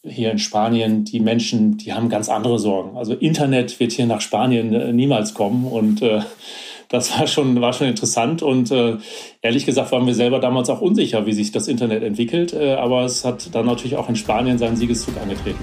hier in Spanien, die Menschen, die haben ganz andere Sorgen. Also Internet wird hier nach Spanien niemals kommen und das war schon interessant und ehrlich gesagt waren wir selber damals auch unsicher, wie sich das Internet entwickelt, aber es hat dann natürlich auch in Spanien seinen Siegeszug angetreten.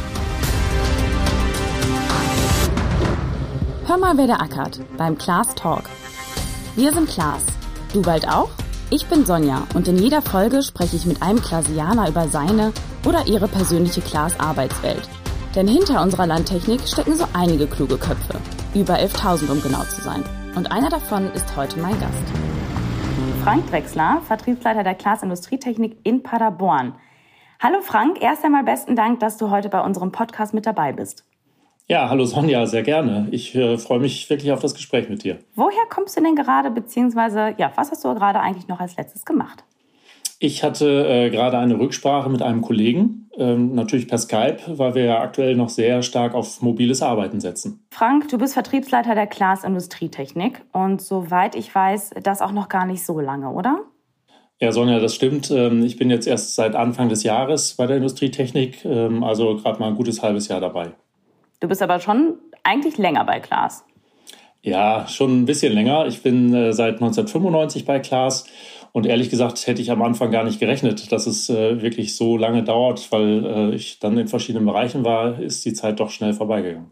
Hör mal, wer da ackert beim Class Talk. Wir sind Class. Du bald auch? Ich bin Sonja und in jeder Folge spreche ich mit einem Clasianer über seine oder ihre persönliche Class-Arbeitswelt. Denn hinter unserer Landtechnik stecken so einige kluge Köpfe. Über 11.000, um genau zu sein. Und einer davon ist heute mein Gast. Frank Drechsler, Vertriebsleiter der Class Industrietechnik in Paderborn. Hallo Frank, erst einmal besten Dank, dass du heute bei unserem Podcast mit dabei bist. Ja, hallo Sonja, sehr gerne. Ich freue mich wirklich auf das Gespräch mit dir. Woher kommst du denn gerade, beziehungsweise was hast du gerade eigentlich noch als letztes gemacht? Ich hatte gerade eine Rücksprache mit einem Kollegen, natürlich per Skype, weil wir ja aktuell noch sehr stark auf mobiles Arbeiten setzen. Frank, du bist Vertriebsleiter der Class Industrietechnik und soweit ich weiß, das auch noch gar nicht so lange, oder? Ja, Sonja, das stimmt. Ich bin jetzt erst seit Anfang des Jahres bei der Industrietechnik, also gerade mal ein gutes halbes Jahr dabei. Du bist aber schon eigentlich länger bei Class. Ja, schon ein bisschen länger. Ich bin seit 1995 bei Class und ehrlich gesagt hätte ich am Anfang gar nicht gerechnet, dass es wirklich so lange dauert, weil ich dann in verschiedenen Bereichen war, ist die Zeit doch schnell vorbeigegangen.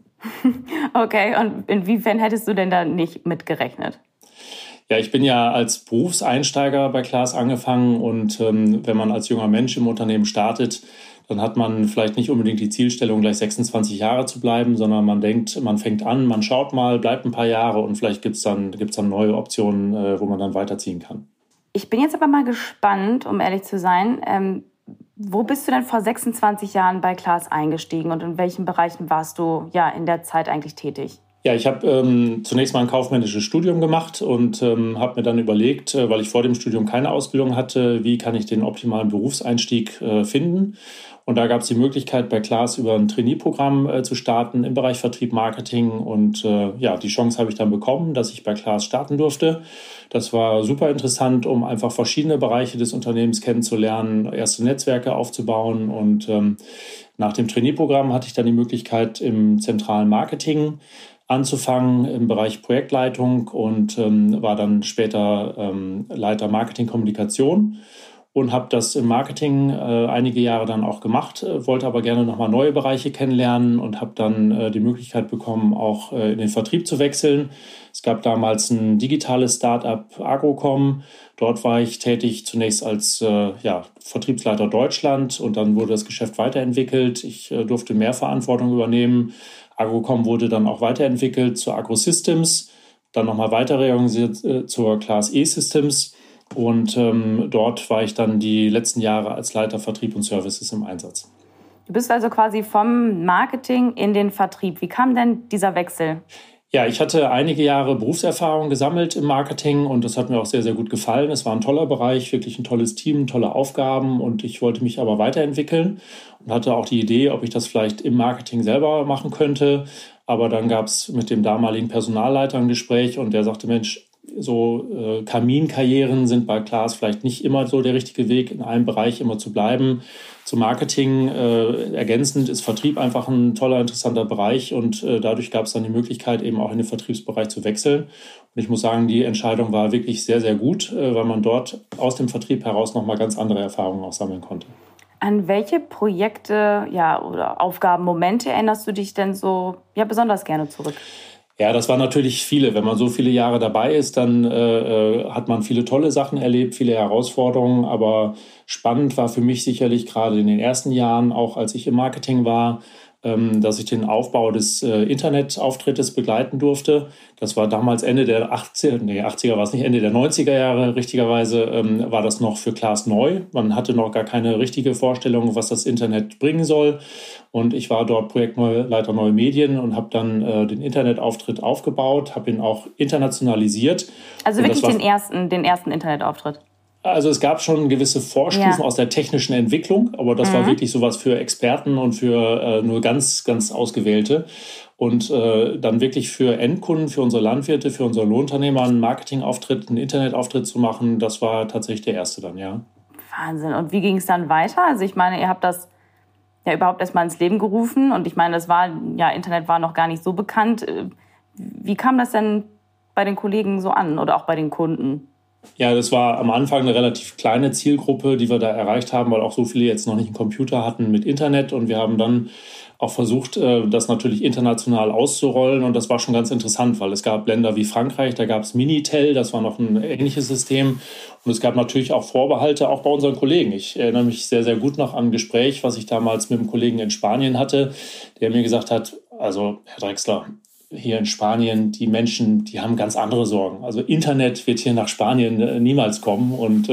Okay, und inwiefern hättest du denn da nicht mitgerechnet? Ja, ich bin ja als Berufseinsteiger bei Class angefangen und wenn man als junger Mensch im Unternehmen startet, dann hat man vielleicht nicht unbedingt die Zielstellung, gleich 26 Jahre zu bleiben, sondern man denkt, man fängt an, man schaut mal, bleibt ein paar Jahre und vielleicht gibt's dann neue Optionen, wo man dann weiterziehen kann. Ich bin jetzt aber mal gespannt, um ehrlich zu sein, wo bist du denn vor 26 Jahren bei Class eingestiegen und in welchen Bereichen warst du in der Zeit eigentlich tätig? Ja, ich habe zunächst mal ein kaufmännisches Studium gemacht und habe mir dann überlegt, weil ich vor dem Studium keine Ausbildung hatte, wie kann ich den optimalen Berufseinstieg finden. Und da gab es die Möglichkeit, bei Class über ein Trainee-Programm zu starten im Bereich Vertrieb, Marketing. Und die Chance habe ich dann bekommen, dass ich bei Class starten durfte. Das war super interessant, um einfach verschiedene Bereiche des Unternehmens kennenzulernen, erste Netzwerke aufzubauen. Und nach dem Trainee-Programm hatte ich dann die Möglichkeit, im zentralen Marketing anzufangen im Bereich Projektleitung und war dann später Leiter Marketing-Kommunikation und habe das im Marketing einige Jahre dann auch gemacht, wollte aber gerne nochmal neue Bereiche kennenlernen und habe dann die Möglichkeit bekommen, auch in den Vertrieb zu wechseln. Es gab damals ein digitales Start-up Agrocom. Dort war ich tätig zunächst als Vertriebsleiter Deutschland und dann wurde das Geschäft weiterentwickelt. Ich durfte mehr Verantwortung übernehmen. Agrocom wurde dann auch weiterentwickelt zur Agrosystems, dann nochmal weiter reorganisiert zur Class E-Systems und dort war ich dann die letzten Jahre als Leiter Vertrieb und Services im Einsatz. Du bist also quasi vom Marketing in den Vertrieb. Wie kam denn dieser Wechsel? Ja, ich hatte einige Jahre Berufserfahrung gesammelt im Marketing und das hat mir auch sehr, sehr gut gefallen. Es war ein toller Bereich, wirklich ein tolles Team, tolle Aufgaben und ich wollte mich aber weiterentwickeln und hatte auch die Idee, ob ich das vielleicht im Marketing selber machen könnte. Aber dann gab es mit dem damaligen Personalleiter ein Gespräch und der sagte, Mensch, so Kaminkarrieren sind bei Class vielleicht nicht immer so der richtige Weg, in einem Bereich immer zu bleiben. Zum Marketing ergänzend ist Vertrieb einfach ein toller, interessanter Bereich und dadurch gab es dann die Möglichkeit, eben auch in den Vertriebsbereich zu wechseln. Und ich muss sagen, die Entscheidung war wirklich sehr, sehr gut, weil man dort aus dem Vertrieb heraus nochmal ganz andere Erfahrungen auch sammeln konnte. An welche Projekte oder Aufgaben, Momente erinnerst du dich denn so besonders gerne zurück? Ja, das waren natürlich viele. Wenn man so viele Jahre dabei ist, dann hat man viele tolle Sachen erlebt, viele Herausforderungen. Aber spannend war für mich sicherlich gerade in den ersten Jahren, auch als ich im Marketing war, dass ich den Aufbau des Internetauftrittes begleiten durfte. Das war damals Ende der 80er war es nicht, Ende der 90er Jahre, richtigerweise war das noch für Class neu. Man hatte noch gar keine richtige Vorstellung, was das Internet bringen soll. Und ich war dort Projektleiter Neue Medien und habe dann den Internetauftritt aufgebaut, habe ihn auch internationalisiert. Also wirklich den ersten Internetauftritt? Also es gab schon gewisse Vorstufen aus der technischen Entwicklung, aber das war wirklich sowas für Experten und für nur ganz, ganz Ausgewählte. Und dann wirklich für Endkunden, für unsere Landwirte, für unsere Lohnunternehmer einen Marketingauftritt, einen Internetauftritt zu machen, das war tatsächlich der erste dann, ja. Wahnsinn. Und wie ging es dann weiter? Also ich meine, ihr habt das ja überhaupt erstmal ins Leben gerufen. Und ich meine, Internet war noch gar nicht so bekannt. Wie kam das denn bei den Kollegen so an oder auch bei den Kunden? Ja, das war am Anfang eine relativ kleine Zielgruppe, die wir da erreicht haben, weil auch so viele jetzt noch nicht einen Computer hatten mit Internet. Und wir haben dann auch versucht, das natürlich international auszurollen. Und das war schon ganz interessant, weil es gab Länder wie Frankreich, da gab es Minitel, das war noch ein ähnliches System. Und es gab natürlich auch Vorbehalte, auch bei unseren Kollegen. Ich erinnere mich sehr, sehr gut noch an ein Gespräch, was ich damals mit einem Kollegen in Spanien hatte, der mir gesagt hat, also Herr Drechsler, hier in Spanien, die Menschen, die haben ganz andere Sorgen. Also Internet wird hier nach Spanien niemals kommen. Und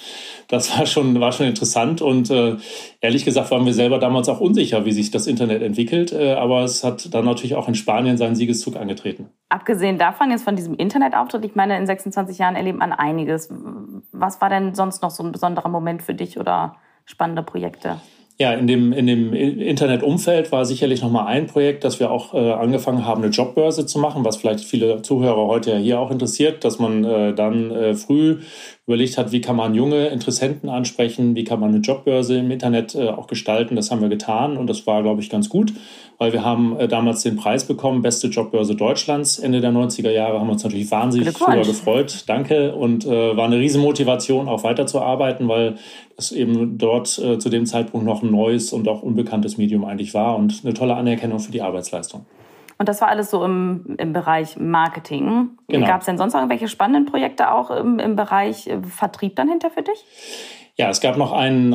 das war schon interessant. Und ehrlich gesagt waren wir selber damals auch unsicher, wie sich das Internet entwickelt. Aber es hat dann natürlich auch in Spanien seinen Siegeszug angetreten. Abgesehen davon, jetzt von diesem Internetauftritt, ich meine, in 26 Jahren erlebt man einiges. Was war denn sonst noch so ein besonderer Moment für dich oder spannende Projekte? Ja, in dem Internetumfeld war sicherlich noch mal ein Projekt, dass wir auch angefangen haben, eine Jobbörse zu machen, was vielleicht viele Zuhörer heute ja hier auch interessiert, dass man dann früh überlegt hat, wie kann man junge Interessenten ansprechen, wie kann man eine Jobbörse im Internet auch gestalten. Das haben wir getan und das war, glaube ich, ganz gut, weil wir haben damals den Preis bekommen, beste Jobbörse Deutschlands, Ende der 90er Jahre, haben uns natürlich wahnsinnig drüber gefreut. Danke und war eine riesen Motivation, auch weiterzuarbeiten, weil es eben dort zu dem Zeitpunkt noch ein neues und auch unbekanntes Medium eigentlich war und eine tolle Anerkennung für die Arbeitsleistung. Und das war alles so im Bereich Marketing. Genau. Gab es denn sonst noch irgendwelche spannenden Projekte auch im Bereich Vertrieb dann hinter für dich? Ja, es gab noch ein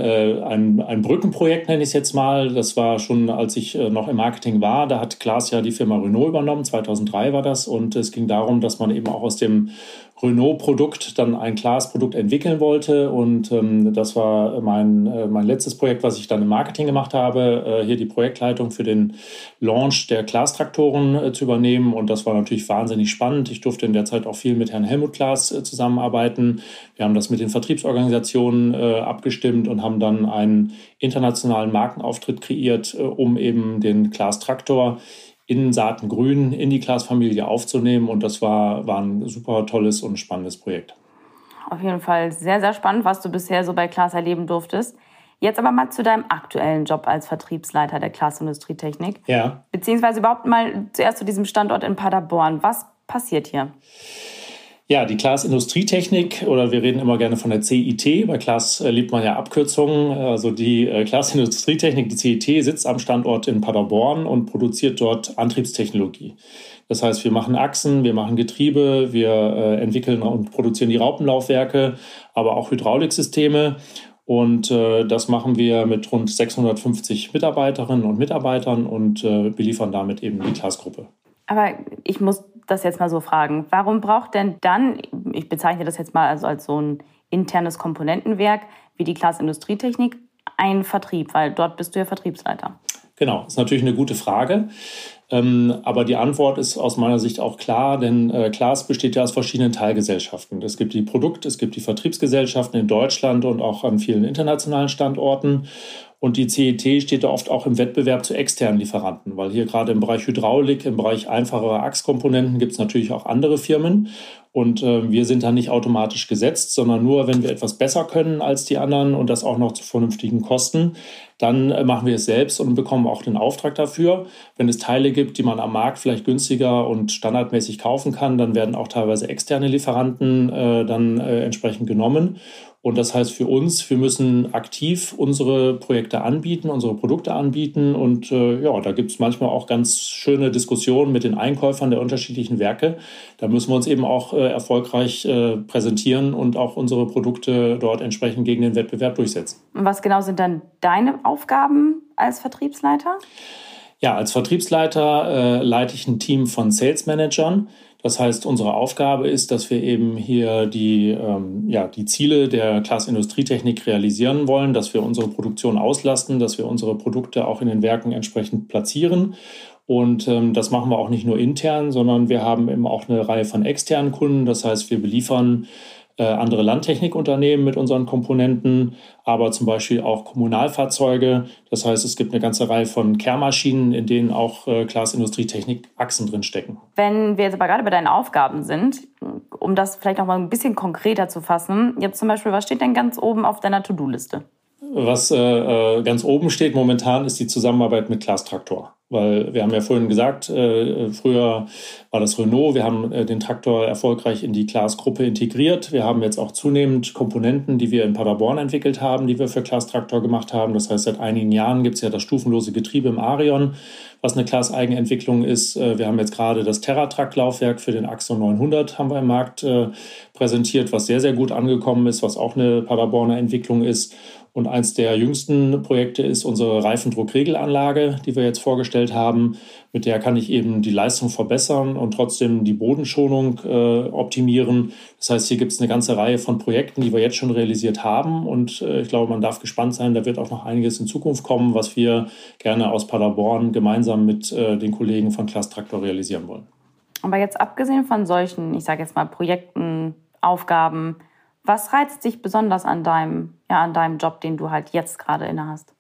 Brückenprojekt, nenne ich es jetzt mal. Das war schon, als ich noch im Marketing war. Da hat Claas ja die Firma Renault übernommen. 2003 war das. Und es ging darum, dass man eben auch aus dem Renault-Produkt dann ein Claas-Produkt entwickeln wollte. Und das war mein letztes Projekt, was ich dann im Marketing gemacht habe, hier die Projektleitung für den Launch der Claas-Traktoren zu übernehmen. Und das war natürlich wahnsinnig spannend. Ich durfte in der Zeit auch viel mit Herrn Helmut Claas zusammenarbeiten. Wir haben das mit den Vertriebsorganisationen abgestimmt und haben dann einen internationalen Markenauftritt kreiert, um eben den Claas-Traktor in Saatengrün in die Claas-Familie aufzunehmen. Und das war ein super tolles und spannendes Projekt. Auf jeden Fall sehr, sehr spannend, was du bisher so bei Claas erleben durftest. Jetzt aber mal zu deinem aktuellen Job als Vertriebsleiter der Claas Industrietechnik. Ja. Beziehungsweise überhaupt mal zuerst zu diesem Standort in Paderborn. Was passiert hier? Ja, die Claas Industrietechnik, oder wir reden immer gerne von der CIT. Bei Claas liebt man ja Abkürzungen. Also die Claas Industrietechnik, die CIT, sitzt am Standort in Paderborn und produziert dort Antriebstechnologie. Das heißt, wir machen Achsen, wir machen Getriebe, wir entwickeln und produzieren die Raupenlaufwerke, aber auch Hydrauliksysteme. Und das machen wir mit rund 650 Mitarbeiterinnen und Mitarbeitern und beliefern damit eben die Claas-Gruppe. Aber ich muss das jetzt mal so fragen. Warum braucht denn dann, ich bezeichne das jetzt mal als so ein internes Komponentenwerk wie die Claas Industrietechnik, einen Vertrieb? Weil dort bist du ja Vertriebsleiter. Genau, das ist natürlich eine gute Frage. Aber die Antwort ist aus meiner Sicht auch klar, denn Claas besteht ja aus verschiedenen Teilgesellschaften. Es gibt die es gibt die Vertriebsgesellschaften in Deutschland und auch an vielen internationalen Standorten. Und die CIT steht da oft auch im Wettbewerb zu externen Lieferanten, weil hier gerade im Bereich Hydraulik, im Bereich einfacherer Achskomponenten gibt es natürlich auch andere Firmen. Und wir sind da nicht automatisch gesetzt, sondern nur, wenn wir etwas besser können als die anderen und das auch noch zu vernünftigen Kosten, dann machen wir es selbst und bekommen auch den Auftrag dafür. Wenn es Teile gibt, die man am Markt vielleicht günstiger und standardmäßig kaufen kann, dann werden auch teilweise externe Lieferanten dann entsprechend genommen. Und das heißt für uns, wir müssen aktiv unsere Projekte anbieten, unsere Produkte anbieten. Und da gibt es manchmal auch ganz schöne Diskussionen mit den Einkäufern der unterschiedlichen Werke. Da müssen wir uns eben auch erfolgreich präsentieren und auch unsere Produkte dort entsprechend gegen den Wettbewerb durchsetzen. Und was genau sind dann deine Aufgaben als Vertriebsleiter? Ja, als Vertriebsleiter leite ich ein Team von Sales Managern. Das heißt, unsere Aufgabe ist, dass wir eben hier die Ziele der Claas Industrietechnik realisieren wollen, dass wir unsere Produktion auslasten, dass wir unsere Produkte auch in den Werken entsprechend platzieren. Und das machen wir auch nicht nur intern, sondern wir haben eben auch eine Reihe von externen Kunden. Das heißt, wir beliefern andere Landtechnikunternehmen mit unseren Komponenten, aber zum Beispiel auch Kommunalfahrzeuge. Das heißt, es gibt eine ganze Reihe von Kehrmaschinen, in denen auch Claas Industrietechnik Achsen drin stecken. Wenn wir jetzt aber gerade bei deinen Aufgaben sind, um das vielleicht noch mal ein bisschen konkreter zu fassen, jetzt zum Beispiel, was steht denn ganz oben auf deiner To-Do-Liste? Was ganz oben steht momentan, ist die Zusammenarbeit mit Claas Traktor. Weil wir haben ja vorhin gesagt, früher war das Renault, wir haben den Traktor erfolgreich in die Claas-Gruppe integriert. Wir haben jetzt auch zunehmend Komponenten, die wir in Paderborn entwickelt haben, die wir für Claas Traktor gemacht haben. Das heißt, seit einigen Jahren gibt es ja das stufenlose Getriebe im Arion, was eine Claas-Eigenentwicklung ist. Wir haben jetzt gerade das TerraTrak-Laufwerk für den Axo 900 haben wir im Markt präsentiert, was sehr, sehr gut angekommen ist, was auch eine Paderborner Entwicklung ist. Und eins der jüngsten Projekte ist unsere Reifendruckregelanlage, die wir jetzt vorgestellt haben. Mit der kann ich eben die Leistung verbessern und trotzdem die Bodenschonung optimieren. Das heißt, hier gibt es eine ganze Reihe von Projekten, die wir jetzt schon realisiert haben. Und ich glaube, man darf gespannt sein, da wird auch noch einiges in Zukunft kommen, was wir gerne aus Paderborn gemeinsam mit den Kollegen von Claas Traktor realisieren wollen. Aber jetzt abgesehen von solchen, ich sage jetzt mal Projekten, Aufgaben, was reizt dich besonders an deinem Job, den du halt jetzt gerade inne hast?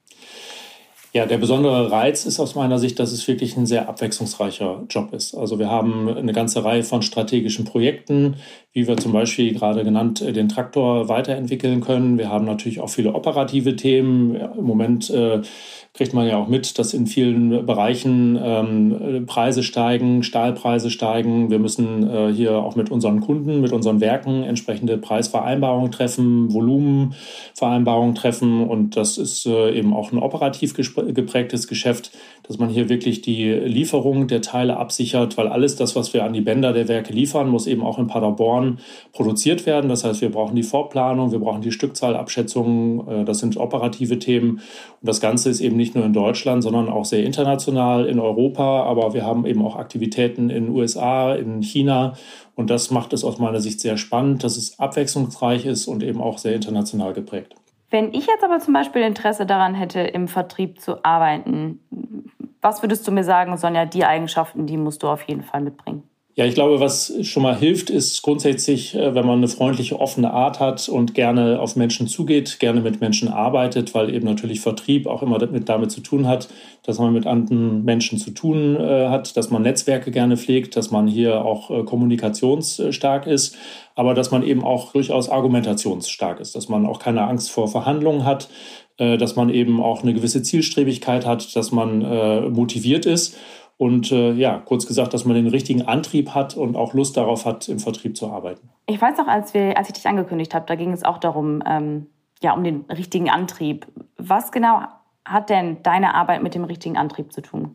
Ja, der besondere Reiz ist aus meiner Sicht, dass es wirklich ein sehr abwechslungsreicher Job ist. Also wir haben eine ganze Reihe von strategischen Projekten, wie wir zum Beispiel gerade genannt den Traktor weiterentwickeln können. Wir haben natürlich auch viele operative Themen. Im Moment kriegt man ja auch mit, dass in vielen Bereichen Preise steigen, Stahlpreise steigen. Wir müssen hier auch mit unseren Kunden, mit unseren Werken entsprechende Preisvereinbarungen treffen, Volumenvereinbarungen treffen. Und das ist eben auch ein operativ geprägtes Geschäft, dass man hier wirklich die Lieferung der Teile absichert, weil alles das, was wir an die Bänder der Werke liefern, muss eben auch in Paderborn produziert werden. Das heißt, wir brauchen die Vorplanung, wir brauchen die Stückzahlabschätzungen, das sind operative Themen. Und das Ganze ist eben nicht nur in Deutschland, sondern auch sehr international in Europa. Aber wir haben eben auch Aktivitäten in den USA, in China. Und das macht es aus meiner Sicht sehr spannend, dass es abwechslungsreich ist und eben auch sehr international geprägt. Wenn ich jetzt aber zum Beispiel Interesse daran hätte, im Vertrieb zu arbeiten, was würdest du mir sagen, Sonja, die Eigenschaften, die musst du auf jeden Fall mitbringen? Ja, ich glaube, was schon mal hilft, ist grundsätzlich, wenn man eine freundliche, offene Art hat und gerne auf Menschen zugeht, gerne mit Menschen arbeitet, weil eben natürlich Vertrieb auch immer damit zu tun hat, dass man mit anderen Menschen zu tun hat, dass man Netzwerke gerne pflegt, dass man hier auch kommunikationsstark ist, aber dass man eben auch durchaus argumentationsstark ist, dass man auch keine Angst vor Verhandlungen hat, dass man eben auch eine gewisse Zielstrebigkeit hat, dass man motiviert ist. Und kurz gesagt, dass man den richtigen Antrieb hat und auch Lust darauf hat, im Vertrieb zu arbeiten. Ich weiß noch, als ich dich angekündigt habe, da ging es auch darum, um den richtigen Antrieb. Was genau hat denn deine Arbeit mit dem richtigen Antrieb zu tun?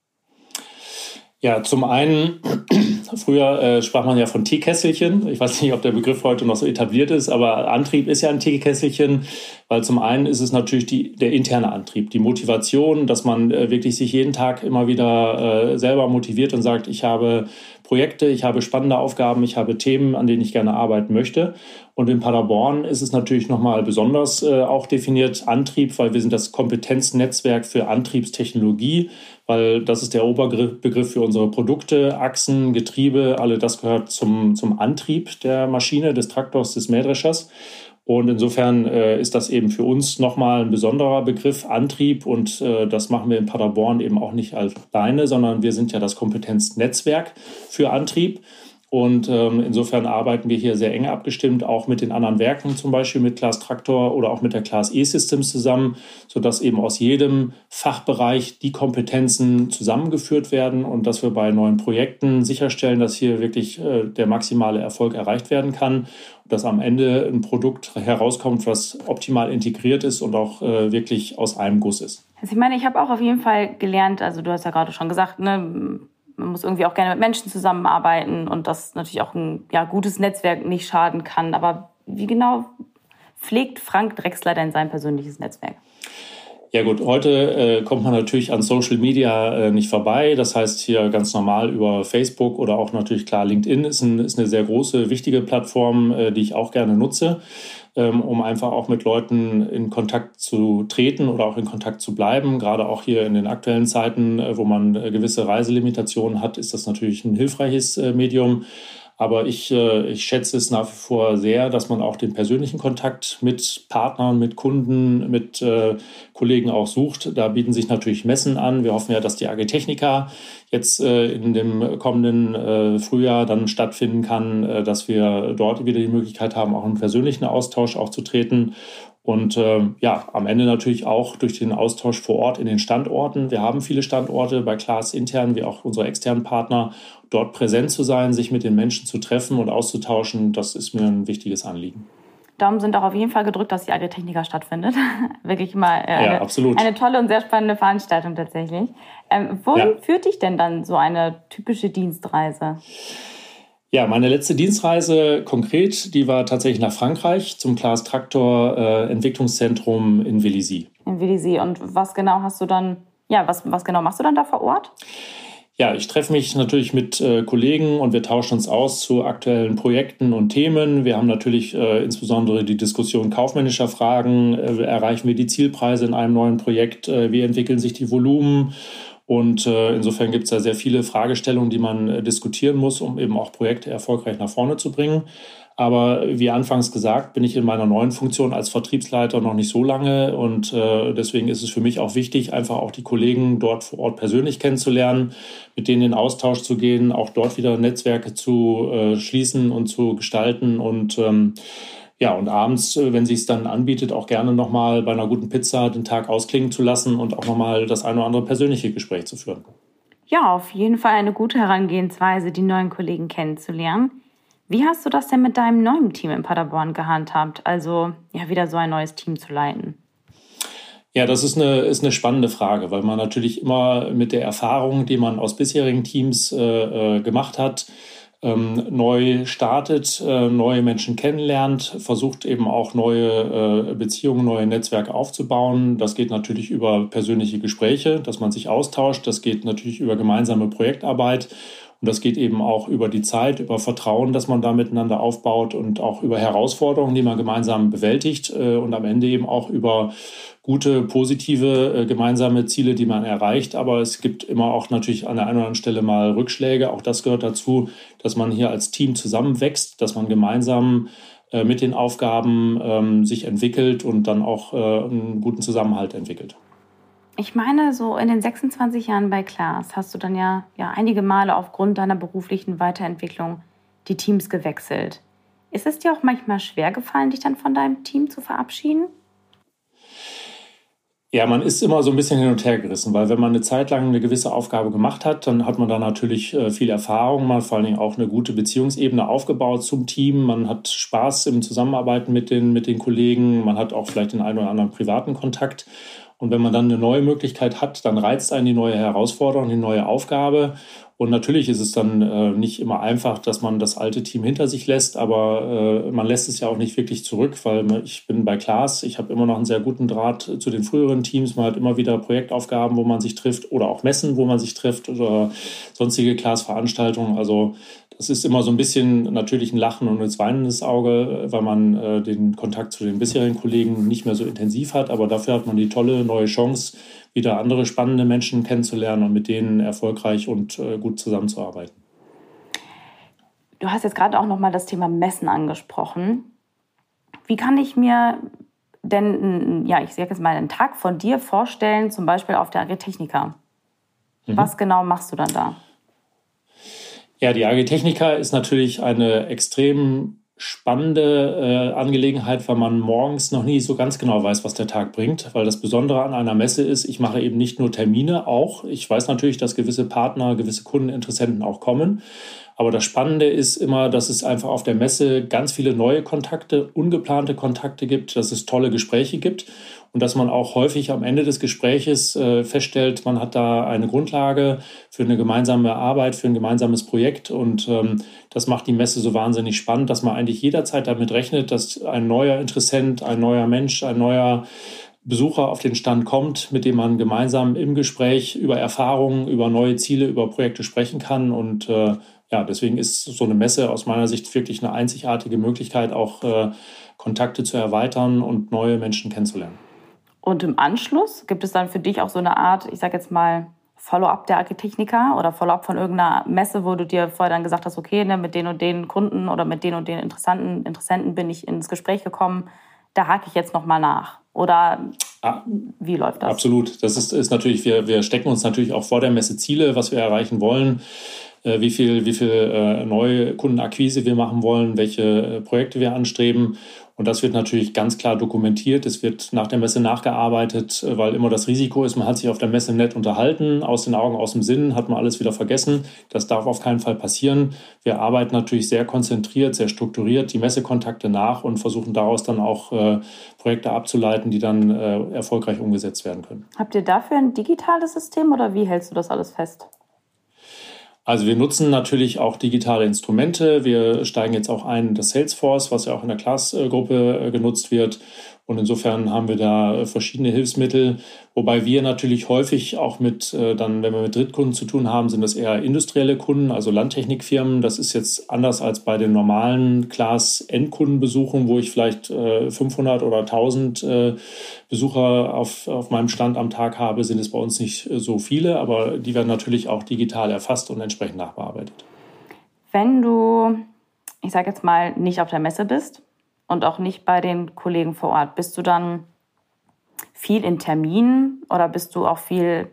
Ja, zum einen, früher sprach man ja von Teekesselchen. Ich weiß nicht, ob der Begriff heute noch so etabliert ist, aber Antrieb ist ja ein Teekesselchen, weil zum einen ist es natürlich der interne Antrieb, die Motivation, dass man wirklich sich jeden Tag immer wieder selber motiviert und sagt, ich habe Projekte, ich habe spannende Aufgaben, ich habe Themen, an denen ich gerne arbeiten möchte. Und in Paderborn ist es natürlich nochmal besonders auch definiert Antrieb, weil wir sind das Kompetenznetzwerk für Antriebstechnologie, weil das ist der Oberbegriff für unsere Produkte, Achsen, Getriebe, alle das gehört zum Antrieb der Maschine, des Traktors, des Mähdreschers. Und insofern ist das eben für uns nochmal ein besonderer Begriff, Antrieb. Und das machen wir in Paderborn eben auch nicht alleine, sondern wir sind ja das Kompetenznetzwerk für Antrieb. Und insofern arbeiten wir hier sehr eng abgestimmt, auch mit den anderen Werken, zum Beispiel mit Claas Traktor oder auch mit der Claas E-Systems zusammen, sodass eben aus jedem Fachbereich die Kompetenzen zusammengeführt werden und dass wir bei neuen Projekten sicherstellen, dass hier wirklich der maximale Erfolg erreicht werden kann und dass am Ende ein Produkt herauskommt, was optimal integriert ist und auch wirklich aus einem Guss ist. Also ich meine, ich habe auch auf jeden Fall gelernt, also du hast ja gerade schon gesagt, ne, man muss irgendwie auch gerne mit Menschen zusammenarbeiten und dass natürlich auch ein gutes Netzwerk nicht schaden kann. Aber wie genau pflegt Frank Drechsler denn sein persönliches Netzwerk? Ja gut, heute kommt man natürlich an Social Media nicht vorbei. Das heißt hier ganz normal über Facebook oder auch natürlich klar LinkedIn ist eine sehr große, wichtige Plattform, die ich auch gerne nutze, um einfach auch mit Leuten in Kontakt zu treten oder auch in Kontakt zu bleiben. Gerade auch hier in den aktuellen Zeiten, wo man gewisse Reiselimitationen hat, ist das natürlich ein hilfreiches Medium. Aber ich schätze es nach wie vor sehr, dass man auch den persönlichen Kontakt mit Partnern, mit Kunden, mit Kollegen auch sucht. Da bieten sich natürlich Messen an. Wir hoffen ja, dass die AG Technica jetzt in dem kommenden Frühjahr dann stattfinden kann, dass wir dort wieder die Möglichkeit haben, auch einen persönlichen Austausch auch zu treten. Und am Ende natürlich auch durch den Austausch vor Ort in den Standorten. Wir haben viele Standorte bei Claas intern wie auch unsere externen Partner. Dort präsent zu sein, sich mit den Menschen zu treffen und auszutauschen, das ist mir ein wichtiges Anliegen. Daumen sind auch auf jeden Fall gedrückt, dass die Agritechnica stattfindet. Wirklich mal absolut. Eine tolle und sehr spannende Veranstaltung tatsächlich. Wohin führt dich denn dann so eine typische Dienstreise? Ja, meine letzte Dienstreise konkret, die war tatsächlich nach Frankreich zum Claas Traktor Entwicklungszentrum in Vélizy. In Vélizy. Und was genau hast du dann, was genau machst du dann da vor Ort? Ja, ich treffe mich natürlich mit Kollegen und wir tauschen uns aus zu aktuellen Projekten und Themen. Wir haben natürlich insbesondere die Diskussion kaufmännischer Fragen. Erreichen wir die Zielpreise in einem neuen Projekt? Wie entwickeln sich die Volumen? Und insofern gibt es da sehr viele Fragestellungen, die man diskutieren muss, um eben auch Projekte erfolgreich nach vorne zu bringen. Aber wie anfangs gesagt, bin ich in meiner neuen Funktion als Vertriebsleiter noch nicht so lange. Und deswegen ist es für mich auch wichtig, einfach auch die Kollegen dort vor Ort persönlich kennenzulernen, mit denen in Austausch zu gehen, auch dort wieder Netzwerke zu schließen und zu gestalten. Und und abends, wenn es sich dann anbietet, auch gerne nochmal bei einer guten Pizza den Tag ausklingen zu lassen und auch nochmal das eine oder andere persönliche Gespräch zu führen. Ja, auf jeden Fall eine gute Herangehensweise, die neuen Kollegen kennenzulernen. Wie hast du das denn mit deinem neuen Team in Paderborn gehandhabt? Also wieder so ein neues Team zu leiten. Ja, das ist eine spannende Frage, weil man natürlich immer mit der Erfahrung, die man aus bisherigen Teams gemacht hat, neu startet, neue Menschen kennenlernt, versucht eben auch neue Beziehungen, neue Netzwerke aufzubauen. Das geht natürlich über persönliche Gespräche, dass man sich austauscht. Das geht natürlich über gemeinsame Projektarbeit. Und das geht eben auch über die Zeit, über Vertrauen, das man da miteinander aufbaut und auch über Herausforderungen, die man gemeinsam bewältigt und am Ende eben auch über gute, positive, gemeinsame Ziele, die man erreicht. Aber es gibt immer auch natürlich an der einen oder anderen Stelle mal Rückschläge. Auch das gehört dazu, dass man hier als Team zusammenwächst, dass man gemeinsam mit den Aufgaben sich entwickelt und dann auch einen guten Zusammenhalt entwickelt. Ich meine, so in den 26 Jahren bei Claas hast du dann ja einige Male aufgrund deiner beruflichen Weiterentwicklung die Teams gewechselt. Ist es dir auch manchmal schwer gefallen, dich dann von deinem Team zu verabschieden? Ja, man ist immer so ein bisschen hin und her gerissen, weil wenn man eine Zeit lang eine gewisse Aufgabe gemacht hat, dann hat man da natürlich viel Erfahrung, man hat vor allen Dingen auch eine gute Beziehungsebene aufgebaut zum Team. Man hat Spaß im Zusammenarbeiten mit den Kollegen, man hat auch vielleicht den einen oder anderen privaten Kontakt. Und wenn man dann eine neue Möglichkeit hat, dann reizt einen die neue Herausforderung, die neue Aufgabe. Und natürlich ist es dann nicht immer einfach, dass man das alte Team hinter sich lässt, aber man lässt es ja auch nicht wirklich zurück, weil ich bin bei Claas, ich habe immer noch einen sehr guten Draht zu den früheren Teams. Man hat immer wieder Projektaufgaben, wo man sich trifft oder auch Messen, wo man sich trifft oder sonstige Claas-Veranstaltungen. Also das ist immer so ein bisschen natürlich ein Lachen und ein weinendes Auge, weil man den Kontakt zu den bisherigen Kollegen nicht mehr so intensiv hat. Aber dafür hat man die tolle neue Chance, wieder andere spannende Menschen kennenzulernen und mit denen erfolgreich und gut zusammenzuarbeiten. Du hast jetzt gerade auch noch mal das Thema Messen angesprochen. Wie kann ich mir denn, ich sage jetzt mal, einen Tag von dir vorstellen, zum Beispiel auf der Agritechnica? Was genau machst du dann da? Ja, die Agritechnica ist natürlich eine extrem spannende Angelegenheit, weil man morgens noch nie so ganz genau weiß, was der Tag bringt. Weil das Besondere an einer Messe ist, ich mache eben nicht nur Termine, ich weiß natürlich, dass gewisse Partner, gewisse Kunden, Interessenten auch kommen. Aber das Spannende ist immer, dass es einfach auf der Messe ganz viele neue Kontakte, ungeplante Kontakte gibt, dass es tolle Gespräche gibt und dass man auch häufig am Ende des Gespräches feststellt, man hat da eine Grundlage für eine gemeinsame Arbeit, für ein gemeinsames Projekt. Und das macht die Messe so wahnsinnig spannend, dass man eigentlich jederzeit damit rechnet, dass ein neuer Interessent, ein neuer Mensch, ein neuer Besucher auf den Stand kommt, mit dem man gemeinsam im Gespräch über Erfahrungen, über neue Ziele, über Projekte sprechen kann. Und deswegen ist so eine Messe aus meiner Sicht wirklich eine einzigartige Möglichkeit, auch Kontakte zu erweitern und neue Menschen kennenzulernen. Und im Anschluss gibt es dann für dich auch so eine Art, ich sage jetzt mal, Follow-up der Agritechnica oder Follow-up von irgendeiner Messe, wo du dir vorher dann gesagt hast, okay, mit den und den Kunden oder mit den und den Interessenten bin ich ins Gespräch gekommen, da hake ich jetzt nochmal nach. Oder wie läuft das? Absolut. Das ist natürlich, wir stecken uns natürlich auch vor der Messe Ziele, was wir erreichen wollen, wie viel neue Kundenakquise wir machen wollen, welche Projekte wir anstreben. Und das wird natürlich ganz klar dokumentiert. Es wird nach der Messe nachgearbeitet, weil immer das Risiko ist, man hat sich auf der Messe nett unterhalten, aus den Augen, aus dem Sinn, hat man alles wieder vergessen. Das darf auf keinen Fall passieren. Wir arbeiten natürlich sehr konzentriert, sehr strukturiert die Messekontakte nach und versuchen daraus dann auch Projekte abzuleiten, die dann erfolgreich umgesetzt werden können. Habt ihr dafür ein digitales System oder wie hältst du das alles fest? Also wir nutzen natürlich auch digitale Instrumente. Wir steigen jetzt auch ein in das Salesforce, was ja auch in der Class-Gruppe genutzt wird. Und insofern haben wir da verschiedene Hilfsmittel, wobei wir natürlich häufig auch wenn wir mit Drittkunden zu tun haben, sind das eher industrielle Kunden, also Landtechnikfirmen. Das ist jetzt anders als bei den normalen Class-Endkundenbesuchen, wo ich vielleicht 500 oder 1000 Besucher auf meinem Stand am Tag habe, sind es bei uns nicht so viele, aber die werden natürlich auch digital erfasst und entsprechend nachbearbeitet. Wenn du, ich sage jetzt mal, nicht auf der Messe bist, und auch nicht bei den Kollegen vor Ort. Bist du dann viel in Terminen oder bist du auch viel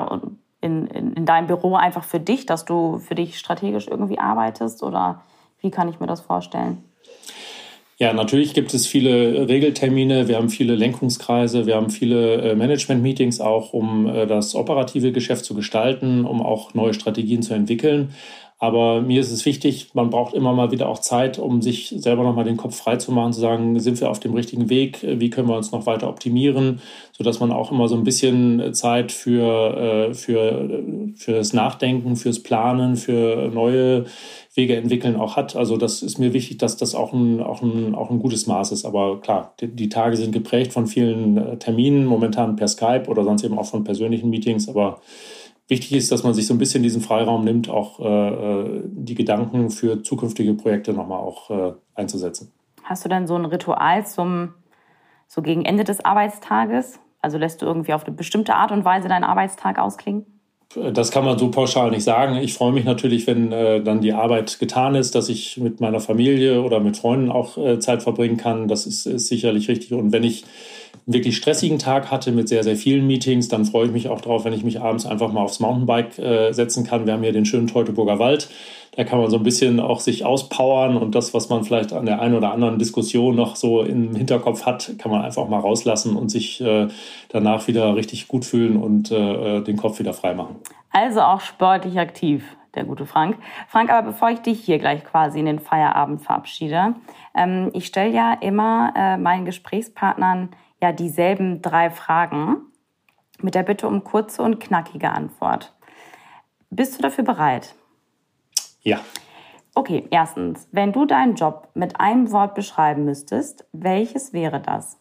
in deinem Büro einfach für dich, dass du für dich strategisch irgendwie arbeitest? Oder wie kann ich mir das vorstellen? Ja, natürlich gibt es viele Regeltermine, wir haben viele Lenkungskreise, wir haben viele Management-Meetings auch, um das operative Geschäft zu gestalten, um auch neue Strategien zu entwickeln. Aber mir ist es wichtig, man braucht immer mal wieder auch Zeit, um sich selber nochmal den Kopf frei zu machen, zu sagen, sind wir auf dem richtigen Weg, wie können wir uns noch weiter optimieren, sodass man auch immer so ein bisschen Zeit für das Nachdenken, fürs Planen, für neue Wege entwickeln auch hat. Also das ist mir wichtig, dass das auch ein gutes Maß ist. Aber klar, die Tage sind geprägt von vielen Terminen, momentan per Skype oder sonst eben auch von persönlichen Meetings, aber wichtig ist, dass man sich so ein bisschen diesen Freiraum nimmt, auch die Gedanken für zukünftige Projekte nochmal auch einzusetzen. Hast du denn so ein Ritual so gegen Ende des Arbeitstages? Also lässt du irgendwie auf eine bestimmte Art und Weise deinen Arbeitstag ausklingen? Das kann man so pauschal nicht sagen. Ich freue mich natürlich, wenn dann die Arbeit getan ist, dass ich mit meiner Familie oder mit Freunden auch Zeit verbringen kann. Das ist sicherlich richtig. Und wenn ich einen wirklich stressigen Tag hatte mit sehr, sehr vielen Meetings, dann freue ich mich auch drauf, wenn ich mich abends einfach mal aufs Mountainbike setzen kann. Wir haben hier den schönen Teutoburger Wald. Da kann man so ein bisschen auch sich auspowern und das, was man vielleicht an der einen oder anderen Diskussion noch so im Hinterkopf hat, kann man einfach mal rauslassen und sich danach wieder richtig gut fühlen und den Kopf wieder frei machen. Also auch sportlich aktiv, der gute Frank. Frank, aber bevor ich dich hier gleich quasi in den Feierabend verabschiede, ich stelle ja immer meinen Gesprächspartnern ja dieselben 3 Fragen mit der Bitte um kurze und knackige Antwort. Bist du dafür bereit? Ja. Okay, erstens, wenn du deinen Job mit einem Wort beschreiben müsstest, welches wäre das?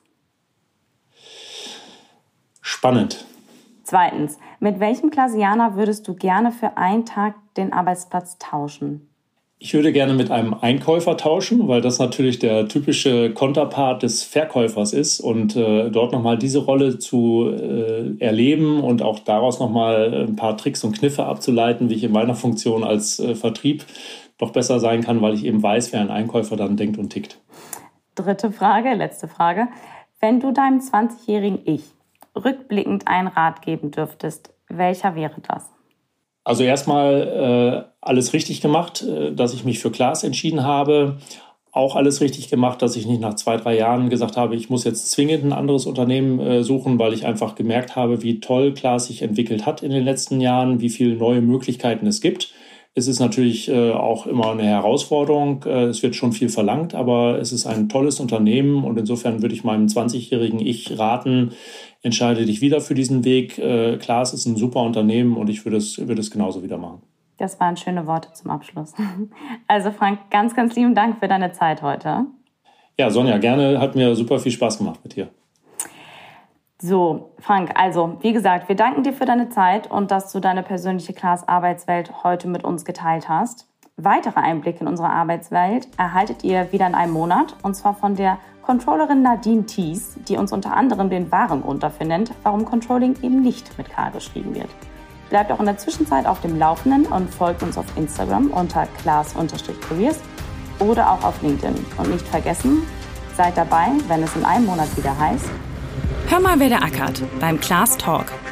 Spannend. Zweitens, mit welchem Clasianer würdest du gerne für einen Tag den Arbeitsplatz tauschen? Ich würde gerne mit einem Einkäufer tauschen, weil das natürlich der typische Konterpart des Verkäufers ist und dort nochmal diese Rolle zu erleben und auch daraus nochmal ein paar Tricks und Kniffe abzuleiten, wie ich in meiner Funktion als Vertrieb doch besser sein kann, weil ich eben weiß, wer ein Einkäufer dann denkt und tickt. Dritte Frage, letzte Frage. Wenn du deinem 20-jährigen Ich rückblickend einen Rat geben dürftest, welcher wäre das? Also erstmal alles richtig gemacht, dass ich mich für Class entschieden habe. Auch alles richtig gemacht, dass ich nicht nach 2-3 Jahren gesagt habe, ich muss jetzt zwingend ein anderes Unternehmen suchen, weil ich einfach gemerkt habe, wie toll Class sich entwickelt hat in den letzten Jahren, wie viele neue Möglichkeiten es gibt. Es ist natürlich auch immer eine Herausforderung. Es wird schon viel verlangt, aber es ist ein tolles Unternehmen und insofern würde ich meinem 20-jährigen Ich raten, entscheide dich wieder für diesen Weg. Class ist ein super Unternehmen und ich würde es genauso wieder machen. Das waren schöne Worte zum Abschluss. Also Frank, ganz, ganz lieben Dank für deine Zeit heute. Ja, Sonja, gerne. Hat mir super viel Spaß gemacht mit dir. So, Frank, also wie gesagt, wir danken dir für deine Zeit und dass du deine persönliche Class-Arbeitswelt heute mit uns geteilt hast. Weitere Einblicke in unsere Arbeitswelt erhaltet ihr wieder in einem Monat und zwar von der Controllerin Nadine Thies, die uns unter anderem den wahren Grund dafür nennt, warum Controlling eben nicht mit K geschrieben wird. Bleibt auch in der Zwischenzeit auf dem Laufenden und folgt uns auf Instagram unter class_careers oder auch auf LinkedIn. Und nicht vergessen, seid dabei, wenn es in einem Monat wieder heißt: Hör mal, wer da ackert beim Class Talk.